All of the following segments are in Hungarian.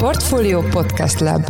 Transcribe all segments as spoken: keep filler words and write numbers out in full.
Portfolio Podcast Lab.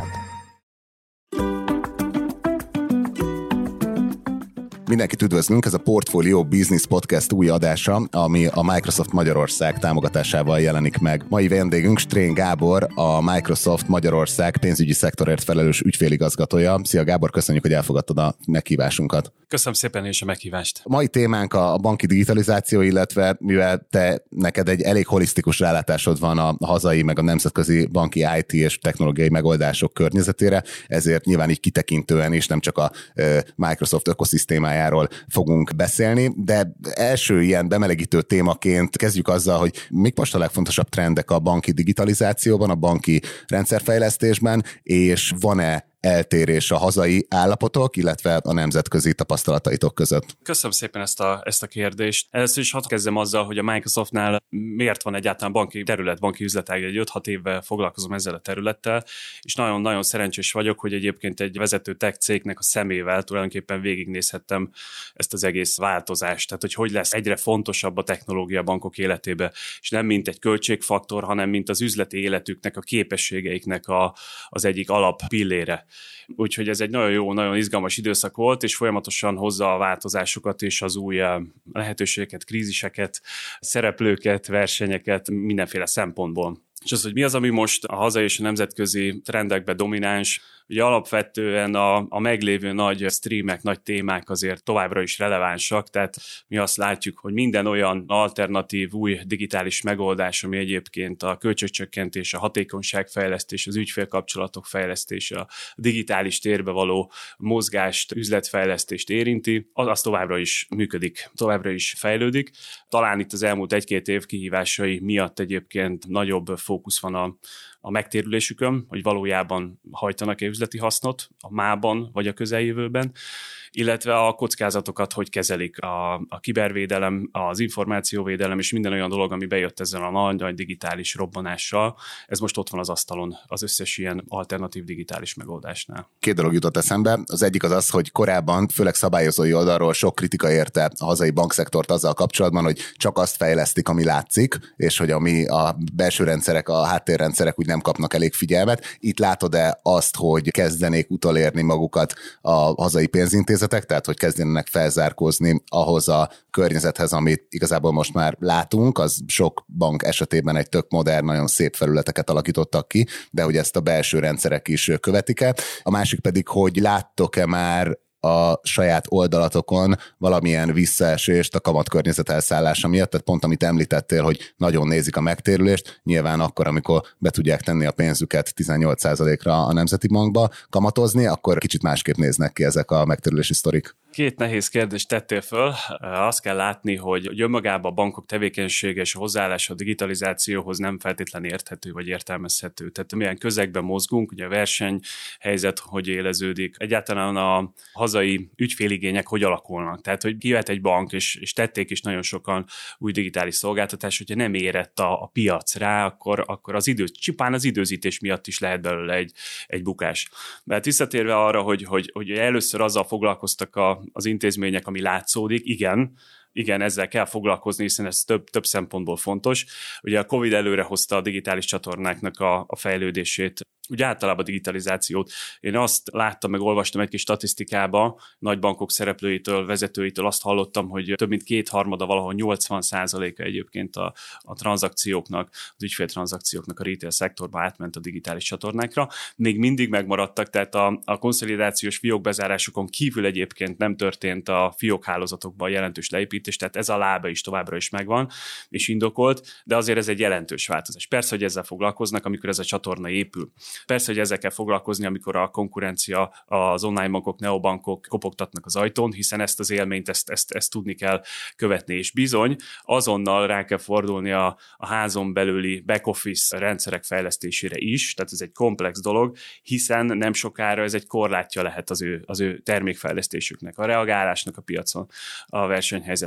Mindenkit üdvözlünk, ez a Portfolio Business Podcast új adása, ami a Microsoft Magyarország támogatásával jelenik meg. Mai vendégünk Strén Gábor, a Microsoft Magyarország pénzügyi szektorért felelős ügyféligazgatója. Szia Gábor, köszönjük, hogy elfogadtad a meghívásunkat. Köszönöm szépen és a meghívást. A mai témánk a banki digitalizáció, illetve mivel te neked egy elég holisztikus rálátásod van a hazai meg a nemzetközi banki i té és technológiai megoldások környezetére, ezért nyilván így kitekintően is nem csak a Microsoft ökoszisztémájáról fogunk beszélni, de első ilyen bemelegítő témaként kezdjük azzal, hogy mik most a legfontosabb trendek a banki digitalizációban, a banki rendszerfejlesztésben, és van-e eltérés a hazai állapotok, illetve a nemzetközi tapasztalataitok között? Köszönöm szépen ezt a, ezt a kérdést. Először is hadd kezdem azzal, hogy a Microsoftnál miért van egyáltalán banki terület, banki üzletág, egy öt-hat évvel foglalkozom ezzel a területtel, és nagyon-nagyon szerencsés vagyok, hogy egyébként egy vezető tech cégnek a szemével tulajdonképpen végignézhettem ezt az egész változást, tehát hogy hogy lesz egyre fontosabb a technológia a bankok életébe, és nem mint egy költségfaktor, hanem mint az üzleti életüknek, a képességeiknek a, az egyik alap pillére. Úgyhogy ez egy nagyon jó, nagyon izgalmas időszak volt, és folyamatosan hozza a változásokat és az új lehetőségeket, kríziseket, szereplőket, versenyeket mindenféle szempontból. És az, hogy mi az, ami most a hazai és a nemzetközi trendekben domináns, ugye alapvetően a, a meglévő nagy streamek, nagy témák azért továbbra is relevánsak, tehát mi azt látjuk, hogy minden olyan alternatív, új digitális megoldás, ami egyébként a költségcsökkentés, a hatékonyságfejlesztés, az ügyfélkapcsolatok fejlesztése, a digitális térbe való mozgást, üzletfejlesztést érinti, az, az továbbra is működik, továbbra is fejlődik. Talán itt az elmúlt egy-két év kihívásai miatt egyébként nagyobb fókusz van a a megtérülésükön, hogy valójában hajtanak-e üzleti hasznot a mában vagy a közeljövőben, illetve a kockázatokat hogy kezelik, a, a kibervédelem, az információvédelem és minden olyan dolog, ami bejött ezzel a nagy-nagy digitális robbanással. Ez most ott van az asztalon az összes ilyen alternatív digitális megoldásnál. Két dolog jutott eszembe. Az egyik az az, hogy korábban, főleg szabályozói oldalról sok kritika érte a hazai bankszektort azzal kapcsolatban, hogy csak azt fejlesztik, ami látszik, és hogy ami a belső rendszerek, a háttérrendszerek úgy nem kapnak elég figyelmet. Itt látod-e azt, hogy kezdenék utolérni magukat a hazai pénzintézetek, tehát hogy kezdenek felzárkózni ahhoz a környezethez, amit igazából most már látunk, az sok bank esetében egy tök modern, nagyon szép felületeket alakítottak ki, de hogy ezt a belső rendszerek is követik-e. A másik pedig, hogy láttok-e már a saját oldalatokon valamilyen visszaesést a kamatkörnyezet elszállása miatt, tehát pont amit említettél, hogy nagyon nézik a megtérülést, nyilván akkor, amikor be tudják tenni a pénzüket tizennyolc százalékra a Nemzeti Bankba kamatozni, akkor kicsit másképp néznek ki ezek a megtérülési sztorik. Két nehéz kérdést tettél föl. Azt kell látni, hogy önmagában a bankok tevékenysége és hozzáállása a digitalizációhoz nem feltétlenül érthető vagy értelmezhető. Tehát milyen közegben mozgunk, ugye a versenyhelyzet hogy éleződik, egyáltalán a hazai ügyféligények hogy alakulnak. Tehát, hogy kijöhet egy bank, és, és tették is nagyon sokan új digitális szolgáltatás, hogyha nem érett a, a piac rá, akkor, akkor az idő, csupán az időzítés miatt is lehet belőle egy, egy bukás. Mert visszatérve arra, hogy, hogy, hogy először azzal foglalkoztak a az intézmények, ami látszódik, igen, igen, ezzel kell foglalkozni, hiszen ez több, több szempontból fontos. Ugye a Covid előre hozta a digitális csatornáknak a, a fejlődését, ugye általában a digitalizációt. Én azt láttam, meg olvastam egy kis statisztikába, nagybankok szereplőitől, vezetőitől azt hallottam, hogy több mint kétharmada, valahol nyolcvan százaléka egyébként a, a tranzakcióknak, az ügyféltranzakcióknak a retail szektorba átment a digitális csatornákra. Még mindig megmaradtak, tehát a, a konszolidációs fiókbezárásokon kívül egyébként nem történt a fiókhálózatokban jelentős leépítés, tehát ez a lába is továbbra is megvan, és indokolt, de azért ez egy jelentős változás. Persze, hogy ezzel foglalkoznak, amikor ez a csatorna épül. Persze, hogy ezzel kell foglalkozni, amikor a konkurencia, az online bankok, neobankok kopogtatnak az ajtón, hiszen ezt az élményt, ezt, ezt, ezt tudni kell követni, és bizony azonnal rá kell fordulni a, a házon belüli back-office rendszerek fejlesztésére is, tehát ez egy komplex dolog, hiszen nem sokára ez egy korlátja lehet az ő, az ő termékfejlesztésüknek, a reagálásnak a piacon, a versenyhelyzethez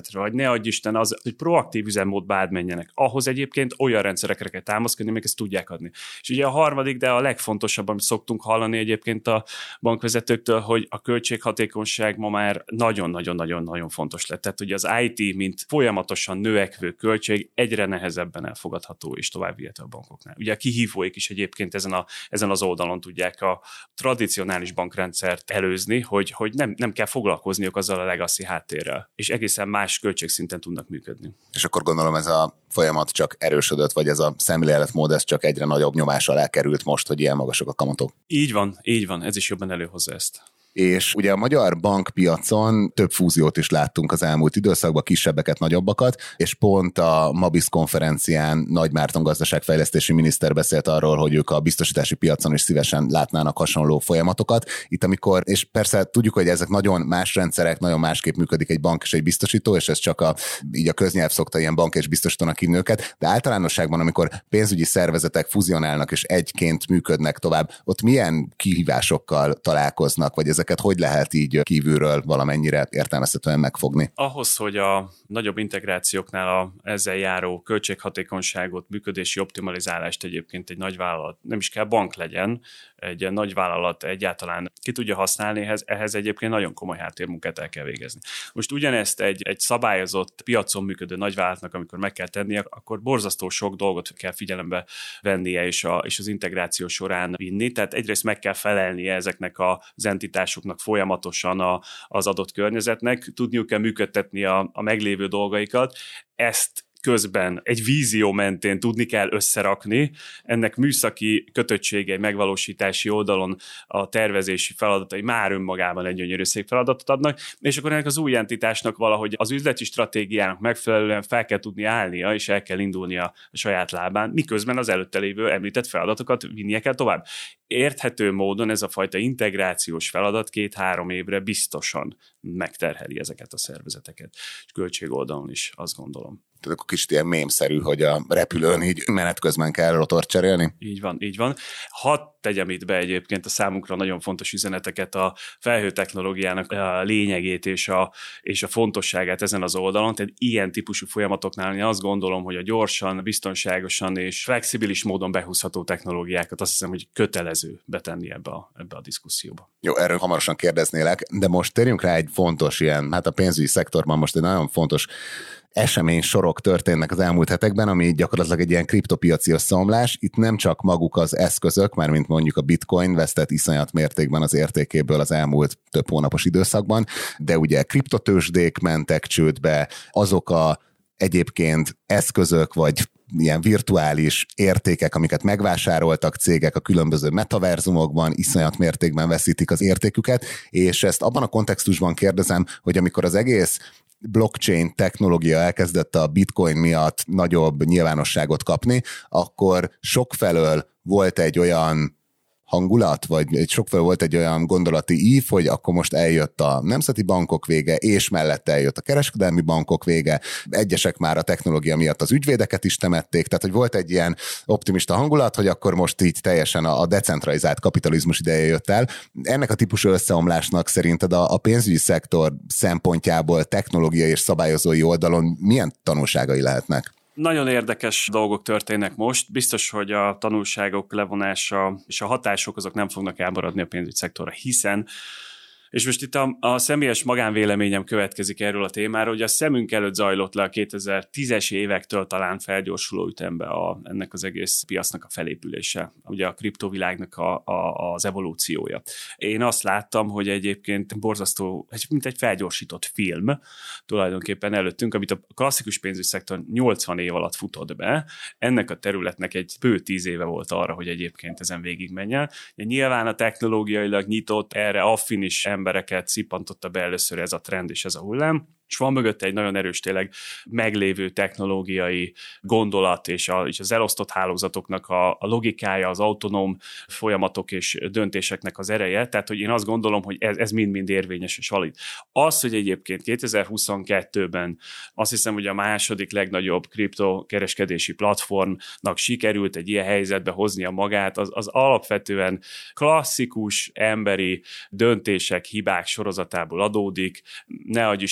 szervezetre, vagy ne adj Isten az, hogy proaktív üzemmódba átmenjenek. Ahhoz egyébként olyan rendszerekre kell támaszkodni, amik ezt tudják adni. És ugye a harmadik, de a legfontosabb, amit szoktunk hallani egyébként a bankvezetőktől, hogy a költséghatékonyság ma már nagyon-nagyon-nagyon-nagyon fontos lett. Tehát ugye az i té, mint folyamatosan növekvő költség egyre nehezebben elfogadható és tovább vihető a bankoknál. Ugye a kihívóik is egyébként ezen, a, ezen az oldalon tudják a tradicionális bankrendszert előzni, hogy, hogy nem, nem kell foglalkozniuk azzal a legacy háttérrel, és egészen más költségszinten tudnak működni. És akkor gondolom ez a folyamat csak erősödött, vagy ez a szemléletmód, ez csak egyre nagyobb nyomás alá került most, hogy ilyen magasok a kamatok. Így van, így van, ez is jobban előhozza ezt. És ugye a magyar bankpiacon több fúziót is láttunk az elmúlt időszakban, kisebbeket, nagyobbakat, és pont a Mabis konferencián Nagy Márton gazdaságfejlesztési miniszter beszélt arról, hogy ők a biztosítási piacon is szívesen látnának hasonló folyamatokat. Itt amikor, és persze tudjuk, hogy ezek nagyon más rendszerek, nagyon másképp működik egy bank és egy biztosító, és ez csak a, így a köznyelv szokta ilyen bank és biztosítónak hívni őket, de általánosságban, amikor pénzügyi szervezetek fuzionálnak és egyként működnek tovább, ott milyen kihívásokkal találkoznak, vagy ezek hogy lehet így kívülről valamennyire értelmezhetően megfogni? Ahhoz, hogy a nagyobb integrációknál a ezzel járó költséghatékonyságot, működési optimalizálást egyébként egy nagyvállalat, nem is kell bank legyen, egy nagyvállalat egyáltalán ki tudja használni, ehhez, ehhez egyébként nagyon komoly háttérmunkát el kell végezni. Most ugyanezt egy, egy szabályozott piacon működő nagyvállalatnak, amikor meg kell tennie, akkor borzasztó sok dolgot kell figyelembe vennie és, a, és az integráció során vinni, tehát egyrészt meg kell felelnie ezeknek az entitásoknak folyamatosan a, az adott környezetnek, tudniuk kell működtetni a, a meglévő dolgaikat, ezt közben egy vízió mentén tudni kell összerakni, ennek műszaki kötöttségei, megvalósítási oldalon a tervezési feladatai már önmagában egy gyönyörű szép feladatot adnak, és akkor ennek az új entitásnak valahogy az üzleti stratégiának megfelelően fel kell tudni állnia, és el kell indulnia a saját lábán, miközben az előtte lévő említett feladatokat vinnie kell tovább. Érthető módon ez a fajta integrációs feladat két-három évre biztosan megterheli ezeket a szervezeteket, és költségoldalon is, azt gondolom. Tehát akkor kicsit ilyen mémszerű, hogy a repülőn így menet közben kell rotort cserélni? Így van, így van. Hadd tegyem itt be egyébként a számunkra nagyon fontos üzeneteket, a felhőtechnológiának a lényegét és a, és a fontosságát ezen az oldalon, tehát ilyen típusú folyamatoknál én azt gondolom, hogy a gyorsan, biztonságosan és flexibilis módon behúzható technológiákat azt hiszem, hogy kötelező betenni ebbe a, ebbe a diszkuszióba. Jó, erről hamarosan kérdeznélek, de most térjünk rá egy fontos ilyen, hát a pénzügyi szektorban most egy nagyon fontos esemény sorok történnek az elmúlt hetekben, ami gyakorlatilag egy ilyen kriptopiaci összeomlás. Itt nem csak maguk az eszközök, mármint mondjuk a bitcoin vesztett iszonyat mértékben az értékéből az elmúlt több hónapos időszakban, de ugye kriptotőzsdék mentek csődbe, azok a egyébként eszközök vagy ilyen virtuális értékek, amiket megvásároltak cégek a különböző metaverzumokban, iszonyat mértékben veszítik az értéküket, és ezt abban a kontextusban kérdezem, hogy amikor az egész blockchain technológia elkezdett a bitcoin miatt nagyobb nyilvánosságot kapni, akkor sokfelől volt egy olyan hangulat, vagy egy sokfelől volt egy olyan gondolati ív, hogy akkor most eljött a nemzeti bankok vége, és mellette eljött a kereskedelmi bankok vége, egyesek már a technológia miatt az ügyvédeket is temették, tehát hogy volt egy ilyen optimista hangulat, hogy akkor most így teljesen a decentralizált kapitalizmus ideje jött el. Ennek a típusú összeomlásnak szerinted a, a pénzügyi szektor szempontjából technológiai és szabályozói oldalon milyen tanulságai lehetnek? Nagyon érdekes dolgok történnek most. Biztos, hogy a tanulságok levonása és a hatások azok nem fognak elmaradni a pénzügyi szektorra, hiszen és most itt a, a személyes magánvéleményem következik erről a témáról, hogy a szemünk előtt zajlott le a kétezer-tízes évektől talán felgyorsuló ütembe a, ennek az egész piacnak a felépülése, ugye a kriptovilágnak a, a, az evolúciója. Én azt láttam, hogy egyébként borzasztó, mint egy felgyorsított film tulajdonképpen előttünk, amit a klasszikus pénzügyi szektor nyolcvan év alatt futott be, ennek a területnek egy bő tíz éve volt arra, hogy egyébként ezen végigmenjen. Nyilván a technológiailag nyitott, erre affinis embereket szippantotta be először ez a trend és ez a hullám, és van mögötte egy nagyon erős tényleg meglévő technológiai gondolat, és, a, és az elosztott hálózatoknak a, a logikája, az autonóm folyamatok és döntéseknek az ereje, tehát hogy én azt gondolom, hogy ez, ez mind-mind érvényes és valid. Az, hogy egyébként kétezer-huszonkettőben azt hiszem, hogy a második legnagyobb kriptokereskedési platformnak sikerült egy ilyen helyzetbe hoznia magát, az, az alapvetően klasszikus emberi döntések, hibák sorozatából adódik, ne adj Isten, tényleg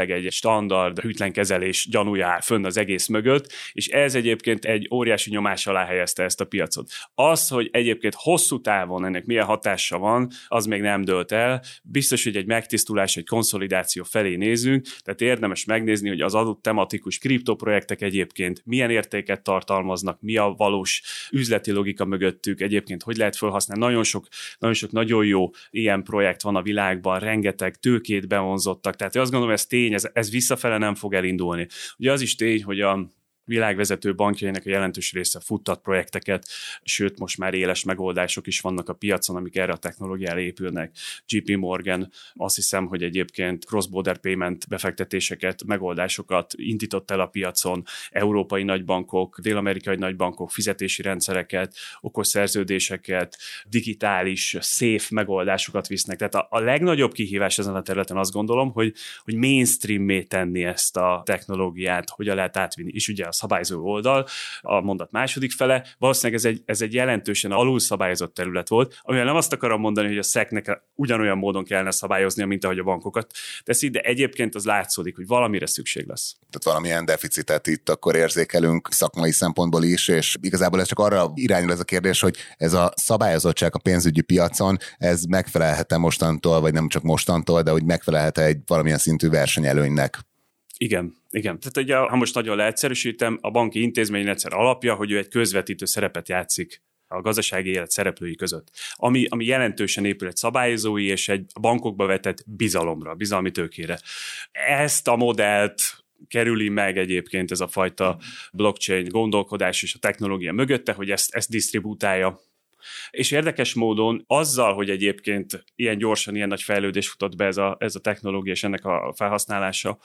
tényleg egy standard hűtlenkezelés gyanúja áll fönn az egész mögött, és ez egyébként egy óriási nyomás alá helyezte ezt a piacot. Az, hogy egyébként hosszú távon ennek milyen hatása van, az még nem dőlt el. Biztos, hogy egy megtisztulás, egy konszolidáció felé nézünk, tehát érdemes megnézni, hogy az adott tematikus kriptoprojektek egyébként milyen értéket tartalmaznak, mi a valós üzleti logika mögöttük, egyébként hogy lehet felhasználni. Nagyon sok, nagyon sok nagyon jó ilyen projekt van a világban, rengeteg tőkét bevonzottak, tehát azt gondolom, ez tény, ez, ez visszafele nem fog elindulni. Ugye az is tény, hogy a világvezető bankjainak a jelentős része futtat projekteket, sőt most már éles megoldások is vannak a piacon, amik erre a technológiára épülnek. jé pé Morgan azt hiszem, hogy egyébként cross-border payment befektetéseket, megoldásokat indított el a piacon, európai nagybankok, dél-amerikai nagybankok fizetési rendszereket, okos szerződéseket, digitális, safe megoldásokat visznek. Tehát a, a legnagyobb kihívás ezen a területen azt gondolom, hogy, hogy mainstream-mé tenni ezt a technológiát, hogyan lehet átvinni. És ugye a szabályozó oldal, a mondat második fele, valószínűleg ez egy, ez egy jelentősen alulszabályozott terület volt, amivel nem azt akarom mondani, hogy a szeknek ugyanolyan módon kellene szabályoznia, mint ahogy a bankokat teszi, de egyébként az látszódik, hogy valamire szükség lesz. Tehát valamilyen deficitet itt akkor érzékelünk szakmai szempontból is, és igazából ez csak arra irányul ez a kérdés, hogy ez a szabályozottság a pénzügyi piacon, ez megfelelhet-e mostantól, vagy nem csak mostantól, de hogy megfelelhet-e egy valamilyen szintű versenyelőnynek? Igen, igen. Tehát ugye, ha most nagyon leegyszerűsítem, a banki intézményrendszer alapja, hogy ő egy közvetítő szerepet játszik a gazdasági élet szereplői között, ami, ami jelentősen épül egy szabályozói és egy bankokba vetett bizalomra, bizalmi tőkére. Ezt a modellt kerüli meg egyébként ez a fajta blockchain gondolkodás és a technológia mögötte, hogy ezt, ezt disztribútálja. És érdekes módon azzal, hogy egyébként ilyen gyorsan, ilyen nagy fejlődés futott be ez a, ez a technológia és ennek a felhasználása,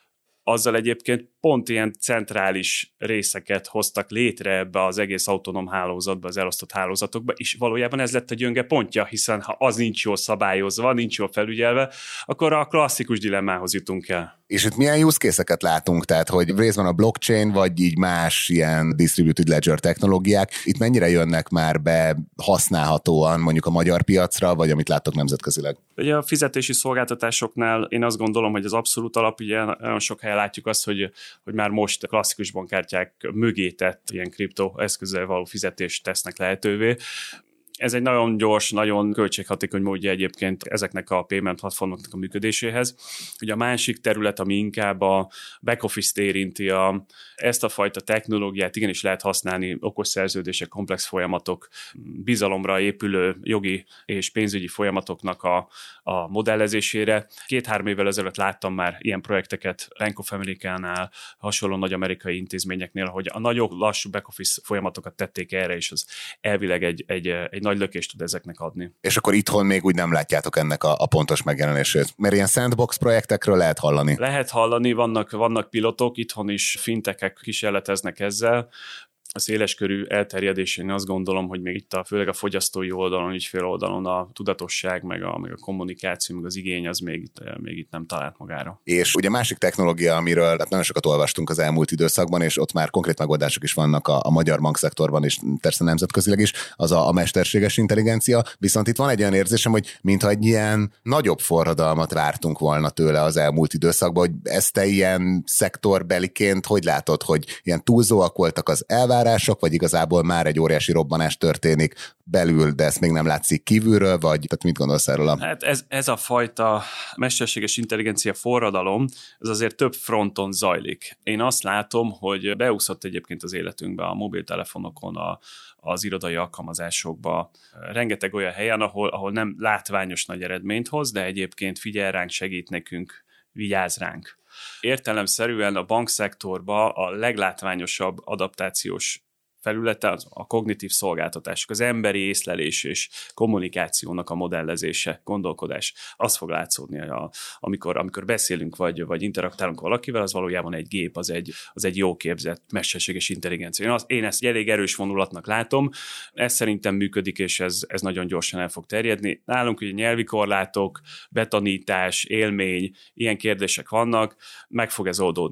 azzal egyébként pont ilyen centrális részeket hoztak létre ebbe az egész autonóm hálózatba, az elosztott hálózatokba, és valójában ez lett a gyönge pontja, hiszen ha az nincs jól szabályozva, nincs jól felügyelve, akkor a klasszikus dilemmához jutunk el. És itt milyen use case-eket látunk, tehát hogy részben a blockchain, vagy így más ilyen distributed ledger technológiák, itt mennyire jönnek már be használhatóan mondjuk a magyar piacra, vagy amit láttok nemzetközileg? Ugye a fizetési szolgáltatásoknál én azt gondolom, hogy az abszolút alap, ugye nagyon sok helyen látjuk azt, hogy, hogy már most a klasszikus bankkártyák mögé tett ilyen kriptoeszközzel való fizetést tesznek lehetővé. Ez egy nagyon gyors, nagyon költséghatékony módja egyébként ezeknek a payment platformoknak a működéséhez. Ugye a másik terület, ami inkább a back office-t érinti, a, ezt a fajta technológiát igenis lehet használni okos szerződések, komplex folyamatok, bizalomra épülő jogi és pénzügyi folyamatoknak a, a modellezésére. Két-három évvel ezelőtt láttam már ilyen projekteket Bank of America-nál, hasonló nagy amerikai intézményeknél, hogy a nagyobb, lassú back office folyamatokat tették erre, és az elvileg egy, egy, egy nagy lökést tud ezeknek adni. És akkor itthon még úgy nem látjátok ennek a, a pontos megjelenését. Mert ilyen sandbox projektekről lehet hallani. Lehet hallani, vannak, vannak pilotok, itthon is fintekek kísérleteznek ezzel. A széleskörű elterjedésén azt gondolom, hogy még itt a, főleg a fogyasztói oldalon, ügyfél oldalon a tudatosság, meg a, meg a kommunikáció, meg az igény az még, még itt nem talált magára. És ugye másik technológia, amiről hát nagyon sokat olvastunk az elmúlt időszakban, és ott már konkrét megoldások is vannak a, a magyar bankszektorban, és persze nemzetközileg is, az a, a mesterséges intelligencia. Viszont itt van egy olyan érzésem, hogy mintha egy ilyen nagyobb forradalmat vártunk volna tőle az elmúlt időszakban, hogy ezt te ilyen szektorbeliként hogy látod, hogy ilyen túlzóak voltak az elvárások, vagy igazából már egy óriási robbanás történik belül, de ezt még nem látszik kívülről, vagy tehát mit gondolsz erről? A... Hát ez, ez a fajta mesterséges intelligencia forradalom, ez azért több fronton zajlik. Én azt látom, hogy beúszott egyébként az életünkbe, a mobiltelefonokon, a, az irodai alkalmazásokba, rengeteg olyan helyen, ahol, ahol nem látványos nagy eredményt hoz, de egyébként figyel ránk, segít nekünk, vigyáz ránk. Értelemszerűen a bankszektorban a leglátványosabb adaptációs felülete a kognitív szolgáltatások, az emberi észlelés és kommunikációnak a modellezése, gondolkodás. Az fog látszódni, a, amikor, amikor beszélünk vagy, vagy interaktálunk valakivel, az valójában egy gép, az egy, az egy jó képzett mesterséges intelligencia. Én, az, én ezt egy elég erős vonulatnak látom, ez szerintem működik, és ez, ez nagyon gyorsan el fog terjedni. Nálunk ugye nyelvi korlátok, betanítás, élmény, ilyen kérdések vannak, meg fog ez oldódni.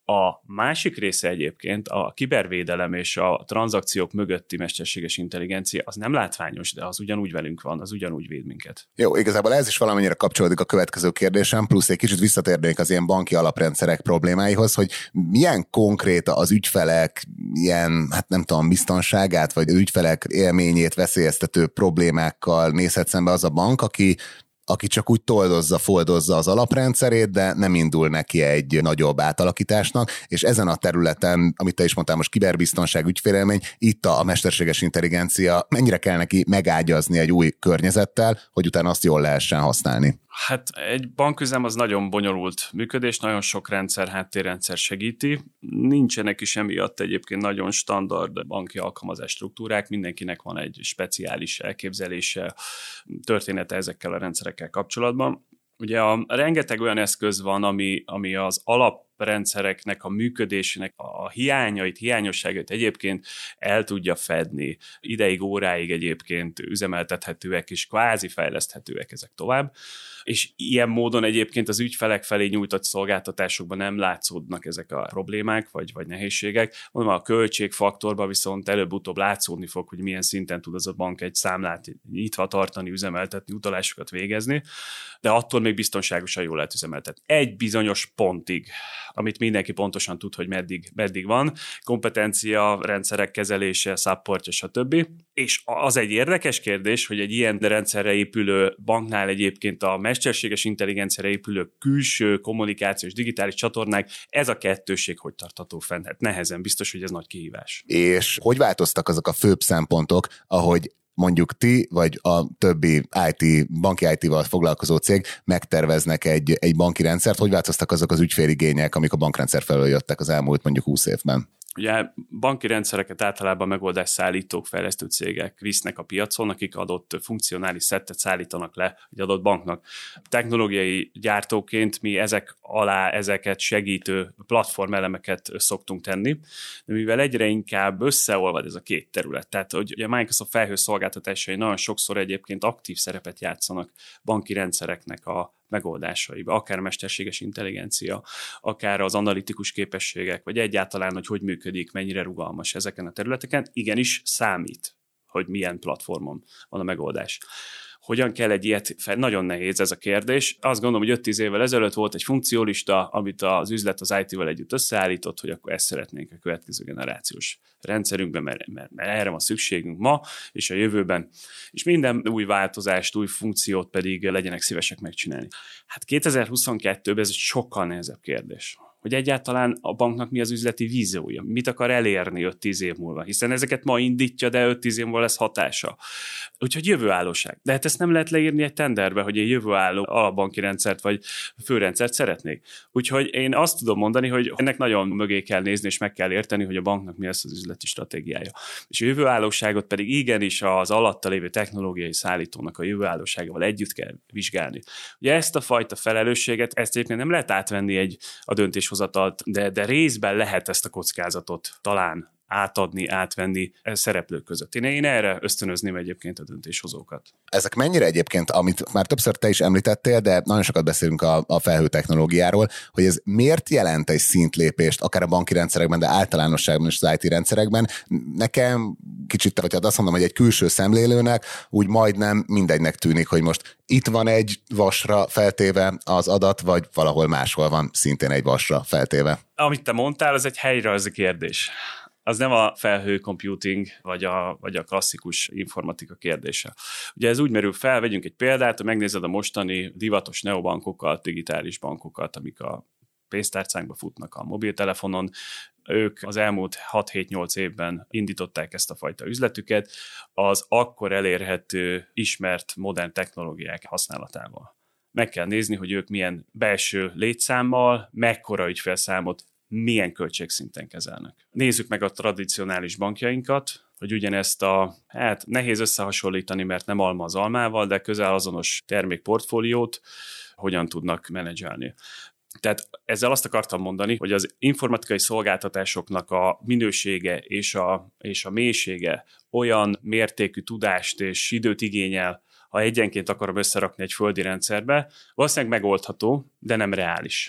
A másik része egyébként a kibervédelem és a tranzakciók mögötti mesterséges intelligencia, az nem látványos, de az ugyanúgy velünk van, az ugyanúgy véd minket. Jó, igazából ez is valamennyire kapcsolódik a következő kérdésem, plusz egy kicsit visszatérnék az ilyen banki alaprendszerek problémáihoz, hogy milyen konkrét az ügyfelek ilyen, hát nem tudom, biztonságát, vagy az ügyfelek élményét veszélyeztető problémákkal nézhet szembe az a bank, aki aki csak úgy toldozza, foldozza az alaprendszerét, de nem indul neki egy nagyobb átalakításnak, és ezen a területen, amit te is mondtál most, kiberbiztonság, ügyfélélmény, itt a mesterséges intelligencia, mennyire kell neki megágyazni egy új környezettel, hogy utána azt jól lehessen használni? Hát egy banküzem az nagyon bonyolult működés, nagyon sok rendszer, háttérrendszer segíti. Nincsenek is emiatt egyébként nagyon standard banki alkalmazás struktúrák, mindenkinek van egy speciális elképzelése, története ezekkel a rendszerekkel kapcsolatban. Ugye a rengeteg olyan eszköz van, ami, ami az alaprendszereknek a működésének a hiányait, hiányosságait egyébként el tudja fedni. Ideig, óráig egyébként üzemeltethetőek és kvázi fejleszthetőek ezek tovább. És ilyen módon egyébként az ügyfelek felé nyújtott szolgáltatásokban nem látszódnak ezek a problémák, vagy, vagy nehézségek. Mondom, a költségfaktorban viszont előbb-utóbb látszódni fog, hogy milyen szinten tud az a bank egy számlát nyitva tartani, üzemeltetni, utalásokat végezni, de attól még biztonságosan jól lehet üzemeltetni. Egy bizonyos pontig, amit mindenki pontosan tud, hogy meddig, meddig van, kompetencia, rendszerek kezelése, supportja, stb. És az egy érdekes kérdés, hogy egy ilyen rendszerre épülő banknál egyébként a mesterséges intelligenciára épülő külső kommunikációs, digitális csatornák, ez a kettőség hogy tartható fenn? Hát nehezen, biztos, hogy ez nagy kihívás. És hogy változtak azok a főbb szempontok, ahogy mondjuk ti, vagy a többi i té, banki i té-val foglalkozó cég megterveznek egy, egy banki rendszert, hogy változtak azok az ügyféligények, amik a bankrendszer felől jöttek az elmúlt mondjuk húsz évben? Ugye banki rendszereket általában megoldásszállítók, fejlesztő cégek visznek a piacon, akik adott funkcionális szettet szállítanak le egy adott banknak. Technológiai gyártóként mi ezek alá ezeket segítő platformelemeket szoktunk tenni, de mivel egyre inkább összeolvad ez a két terület, tehát hogy a Microsoft felhőszolgáltatásai nagyon sokszor egyébként aktív szerepet játszanak banki rendszereknek a megoldásaiba, akár mesterséges intelligencia, akár az analitikus képességek, vagy egyáltalán, hogy hogy működik, mennyire rugalmas ezeken a területeken, igenis számít, hogy milyen platformon van a megoldás. Hogyan kell egy ilyet fel? Nagyon nehéz ez a kérdés. Azt gondolom, hogy öt-tíz évvel ezelőtt volt egy funkciólista, amit az üzlet az i té-vel együtt összeállított, hogy akkor ezt szeretnénk a következő generációs rendszerünkben, mert, mert, mert erre van szükségünk ma és a jövőben. És minden új változást, új funkciót pedig legyenek szívesek megcsinálni. Hát kétezer-huszonkettőben ez egy sokkal nehezebb kérdés, hogy egyáltalán a banknak mi az üzleti víziója, mit akar elérni öt-tíz év múlva, hiszen ezeket ma indítja, de öt-tíz év múlva lesz hatása. Úgyhogy jövőállóság. De hát ezt nem lehet leírni egy tenderbe, hogy egy jövőálló alapbanki rendszert vagy főrendszert szeretnék. Úgyhogy én azt tudom mondani, hogy ennek nagyon mögé kell nézni, és meg kell érteni, hogy a banknak mi lesz az üzleti stratégiája. És a jövőállóságot pedig igenis az alatta lévő technológiai szállítónak a jövőállóságával együtt kell vizsgálni. Ugye ezt a fajta felelősséget, ezt egyébként nem lehet átvenni egy a döntéshozatalt, de, de részben lehet ezt a kockázatot talán átadni, átvenni szereplők között. Én, én erre ösztönözném egyébként a döntéshozókat. Ezek mennyire egyébként, amit már többször te is említettél, de nagyon sokat beszélünk a, a felhő technológiáról, hogy ez miért jelent egy szintlépést, akár a banki rendszerekben, de általánosságban is az i té rendszerekben. Nekem kicsit, vagy hát azt mondom, hogy egy külső szemlélőnek úgy majdnem mindegynek tűnik, hogy most itt van egy vasra feltéve az adat, vagy valahol máshol van szintén egy vasra feltéve. Amit te mondtál, az egy helyrajzi kérdés. Az nem a felhő computing, vagy a, vagy a klasszikus informatika kérdése. Ugye ez úgy merül fel, vegyünk egy példát, hogy megnézed a mostani divatos neobankokat, digitális bankokat, amik a pénztárcánkba futnak a mobiltelefonon. Ők az elmúlt hat-hét-nyolc évben indították ezt a fajta üzletüket az akkor elérhető, ismert modern technológiák használatával. Meg kell nézni, hogy ők milyen belső létszámmal, mekkora ügyfélszámot, milyen költségszinten kezelnek. Nézzük meg a tradicionális bankjainkat, hogy ugyanezt a, hát nehéz összehasonlítani, mert nem alma az almával, de közel azonos termékportfóliót hogyan tudnak menedzselni. Tehát ezzel azt akartam mondani, hogy az informatikai szolgáltatásoknak a minősége és a, és a mélysége olyan mértékű tudást és időt igényel, ha egyenként akarom összerakni egy földi rendszerbe, valószínűleg megoldható, de nem reális.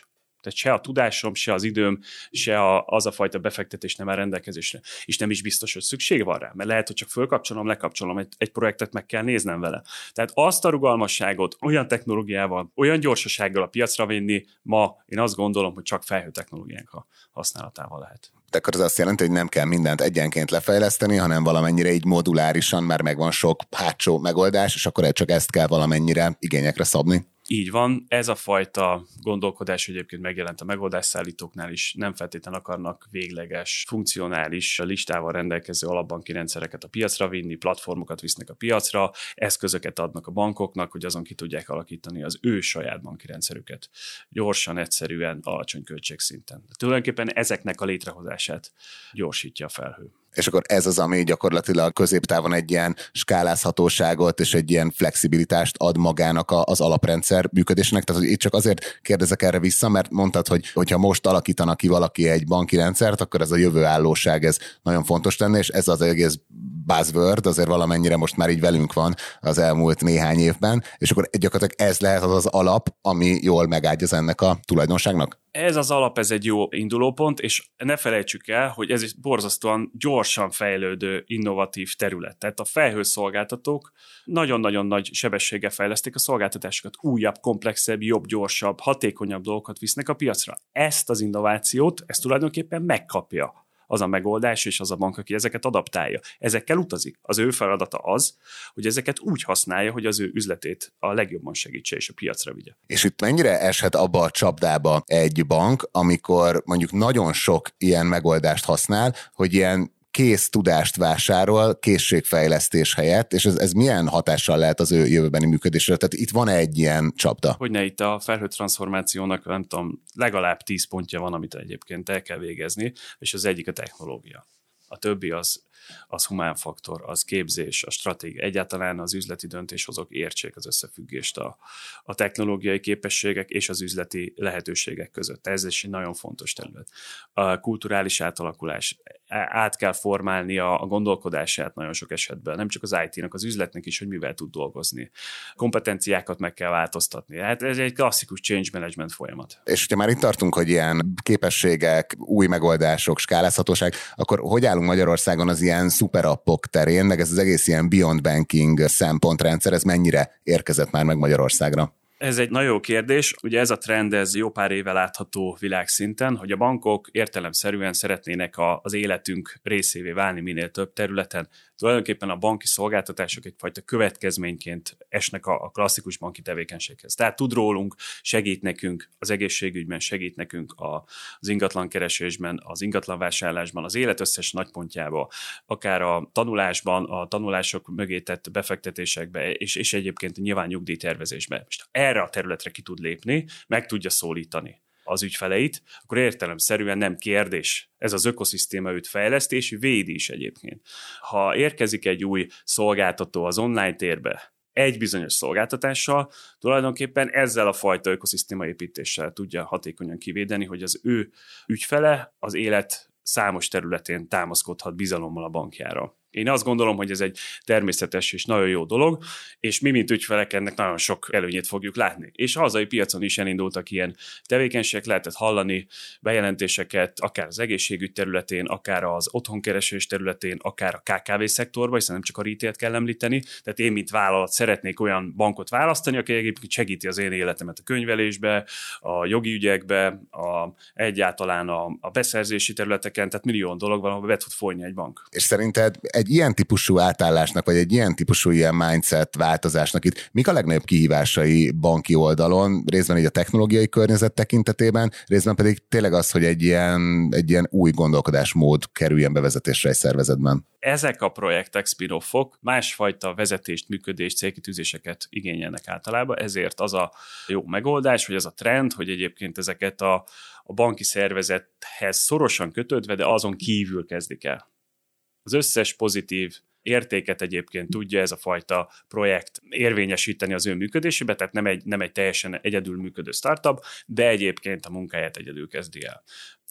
Tehát se a tudásom, se az időm, se a, az a fajta befektetés nem áll rendelkezésre. És nem is biztos, hogy szükség van rá, mert lehet, hogy csak fölkapcsolom, lekapcsolom, egy, egy projektet meg kell néznem vele. Tehát azt a rugalmasságot olyan technológiával, olyan gyorsasággal a piacra vinni ma, én azt gondolom, hogy csak felhő technológiánk használatával lehet. De akkor az azt jelenti, hogy nem kell mindent egyenként lefejleszteni, hanem valamennyire így modulárisan már megvan sok hátsó megoldás, és akkor csak ezt kell valamennyire igényekre szabni. Így van, ez a fajta gondolkodás egyébként megjelent a megoldásszállítóknál is, nem feltétlenül akarnak végleges, funkcionális listával rendelkező alapbanki rendszereket a piacra vinni, platformokat visznek a piacra, eszközöket adnak a bankoknak, hogy azon ki tudják alakítani az ő saját banki rendszerüket. Gyorsan, egyszerűen, alacsony költségszinten. De tulajdonképpen ezeknek a létrehozását gyorsítja a felhő. És akkor ez az, ami gyakorlatilag középtávon egy ilyen skálázhatóságot és egy ilyen flexibilitást ad magának az alaprendszer működésnek. Tehát hogy itt csak azért kérdezek erre vissza, mert mondtad, hogy hogyha most alakítanak ki valaki egy banki rendszert, akkor ez a jövőállóság, ez nagyon fontos lenne, és ez az egész buzzword azért valamennyire most már így velünk van az elmúlt néhány évben, és akkor gyakorlatilag ez lehet az az alap, ami jól megágyaz ennek a tulajdonságnak? Ez az alap, ez egy jó indulópont, és ne felejtsük el, hogy ez egy borzasztóan gyorsan fejlődő, innovatív terület. Tehát a felhőszolgáltatók nagyon-nagyon nagy sebességgel fejlesztik a szolgáltatásokat. Újabb, komplexebb, jobb, gyorsabb, hatékonyabb dolgokat visznek a piacra. Ezt az innovációt, ezt tulajdonképpen megkapja az a megoldás, és az a bank, aki ezeket adaptálja. Ezekkel utazik. Az ő feladata az, hogy ezeket úgy használja, hogy az ő üzletét a legjobban segítse és a piacra vigye. És itt mennyire eshet abba a csapdába egy bank, amikor mondjuk nagyon sok ilyen megoldást használ, hogy ilyen kész tudást vásárol készségfejlesztés helyett, és ez, ez milyen hatással lehet az ő jövőbeni működésre? Tehát itt van egy ilyen csapda? Hogyne, itt a felhőtranszformációnak, nem tudom, legalább tíz pontja van, amit egyébként el kell végezni, és az egyik a technológia. A többi az, az humán faktor, az képzés, a stratégia. Egyáltalán az üzleti döntéshozók értsék az összefüggést a, a technológiai képességek és az üzleti lehetőségek között. Ez is egy nagyon fontos terület. A kulturális átalakulás. Át kell formálni a, a gondolkodását nagyon sok esetben, nem csak az í té-nak, az üzletnek is, hogy mivel tud dolgozni. Kompetenciákat meg kell változtatni. Hát ez egy klasszikus change management folyamat. És hogyha már itt tartunk, hogy ilyen képességek, új megoldások, skálázhatóság, akkor hogy állunk Magyarországon az ilyen szuperappok terén, meg ez az egész ilyen beyond banking szempontrendszer, ez mennyire érkezett már meg Magyarországra? Ez egy nagyon jó kérdés. Ugye ez a trend, ez jó pár éve látható világszinten, hogy a bankok értelemszerűen szeretnének a, az életünk részévé válni minél több területen. Tulajdonképpen a banki szolgáltatások egyfajta következményként esnek a, a klasszikus banki tevékenységhez. Tehát tud rólunk, segít nekünk az egészségügyben, segít nekünk a, az ingatlankeresésben, az ingatlanvásárlásban, az élet összes nagypontjában, akár a tanulásban, a tanulások mögé tett befektetésekbe, és, és egyébként nyilván nyugdíjtervezésbe. Most erre a területre ki tud lépni, meg tudja szólítani az ügyfeleit, akkor értelemszerűen nem kérdés. Ez az ökoszisztéma őt fejleszti, és védi is egyébként. Ha érkezik egy új szolgáltató az online térbe, egy bizonyos szolgáltatással, tulajdonképpen ezzel a fajta ökoszisztéma építéssel tudja hatékonyan kivédeni, hogy az ő ügyfele az élet számos területén támaszkodhat bizalommal a bankjára. Én azt gondolom, hogy ez egy természetes és nagyon jó dolog, és mi, mint ügyfelek, ennek nagyon sok előnyét fogjuk látni. És a hazai piacon is elindultak ilyen tevékenységek, lehetett hallani bejelentéseket, akár az egészségügy területén, akár az otthonkeresés területén, akár a ká ká vé szektorban, hiszen nem csak a retail-t kell említeni. Tehát én, mint vállalat szeretnék olyan bankot választani, aki egyébként segíti az én életemet a könyvelésbe, a jogi ügyekbe, a, egyáltalán a, a beszerzési területeken, tehát millió dolog van, ahol be tud folyni egy bank. És szerinted egy ilyen típusú átállásnak, vagy egy ilyen típusú ilyen mindset változásnak itt mik a legnagyobb kihívásai banki oldalon, részben így a technológiai környezet tekintetében, részben pedig tényleg az, hogy egy ilyen, egy ilyen új gondolkodásmód kerüljen bevezetésre egy szervezetben? Ezek a projektek, spin-offok másfajta vezetést, működést, célkitűzéseket igényelnek általában, ezért az a jó megoldás, vagy az a trend, hogy egyébként ezeket a, a banki szervezethez szorosan kötődve, de azon kívül kezdik el. Az összes pozitív értéket egyébként tudja ez a fajta projekt érvényesíteni az ő működésébe, tehát nem egy, nem egy teljesen egyedül működő startup, de egyébként a munkáját egyedül kezdi el.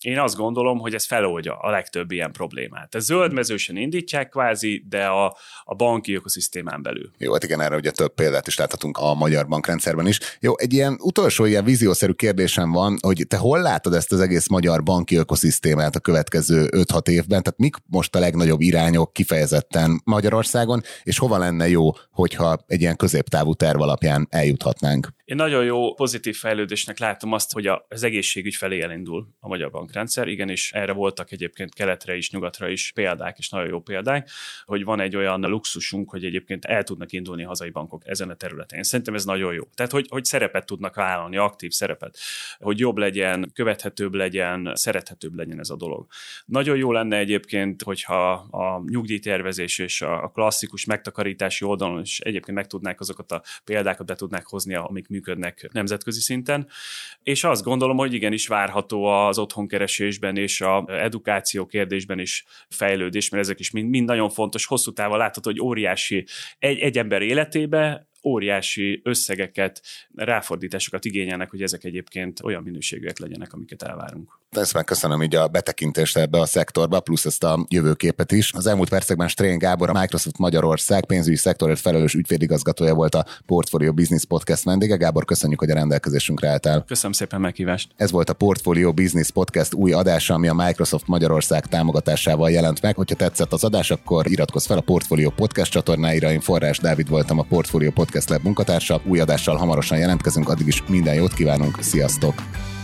Én azt gondolom, hogy ez feloldja a legtöbb ilyen problémát. Ez zöldmezősen indítják kvázi, de a, a banki ökoszisztémán belül. Jó, hát igen, erre ugye több példát is láthatunk a magyar bankrendszerben is. Jó, egy ilyen utolsó ilyen víziószerű kérdésem van, hogy te hol látod ezt az egész magyar banki ökoszisztémát a következő öt-hat évben? Tehát mik most a legnagyobb irányok kifejezetten Magyarországon, és hova lenne jó, hogyha egy ilyen középtávú terv alapján eljuthatnánk? Én nagyon jó, pozitív fejlődésnek látom azt, hogy az egészségügy felé elindul a magyar bankrendszer. Igenis, erre voltak egyébként keletre is, nyugatra is példák, és nagyon jó példák, hogy van egy olyan luxusunk, hogy egyébként el tudnak indulni hazai bankok ezen a területen. Szerintem ez nagyon jó. Tehát, hogy, hogy szerepet tudnak vállalni, aktív szerepet, hogy jobb legyen, követhetőbb legyen, szerethetőbb legyen ez a dolog. Nagyon jó lenne egyébként, hogyha a nyugdíjtervezés és a klasszikus megtakarítási oldalon is egyébként meg tudnák azokat a példákat be tudnák hozni, amik működnek nemzetközi szinten. És azt gondolom, hogy igenis várható az otthonkeresésben és az edukáció kérdésben is fejlődés, mert ezek is mind, mind nagyon fontos. Hosszú távon látható, hogy óriási egy, egy ember életébe óriási összegeket, ráfordításokat igényelnek, hogy ezek egyébként olyan minőségűek legyenek, amiket elvárunk. Ezt meg köszönöm így a betekintést ebbe a szektorba, plusz ezt a jövőképet is. Az elmúlt percekben Strén Gábor, a Microsoft Magyarország pénzügyi szektorért felelős ügyféligazgatója volt a Portfolio Business Podcast vendége. Gábor, köszönjük, hogy a rendelkezésünkre álltál. Köszönöm szépen meghívást. Ez volt a Portfolio Business Podcast új adása, ami a Microsoft Magyarország támogatásával jelent meg. Hogyha tetszett az adás, akkor iratkozz fel a Portfolio Podcast csatornáira. Én Forrás Dávid voltam, a Portfolio Podcast Lab munkatársa. Új adással hamarosan jelentkezünk, addig is minden jót kívánunk, sziasztok!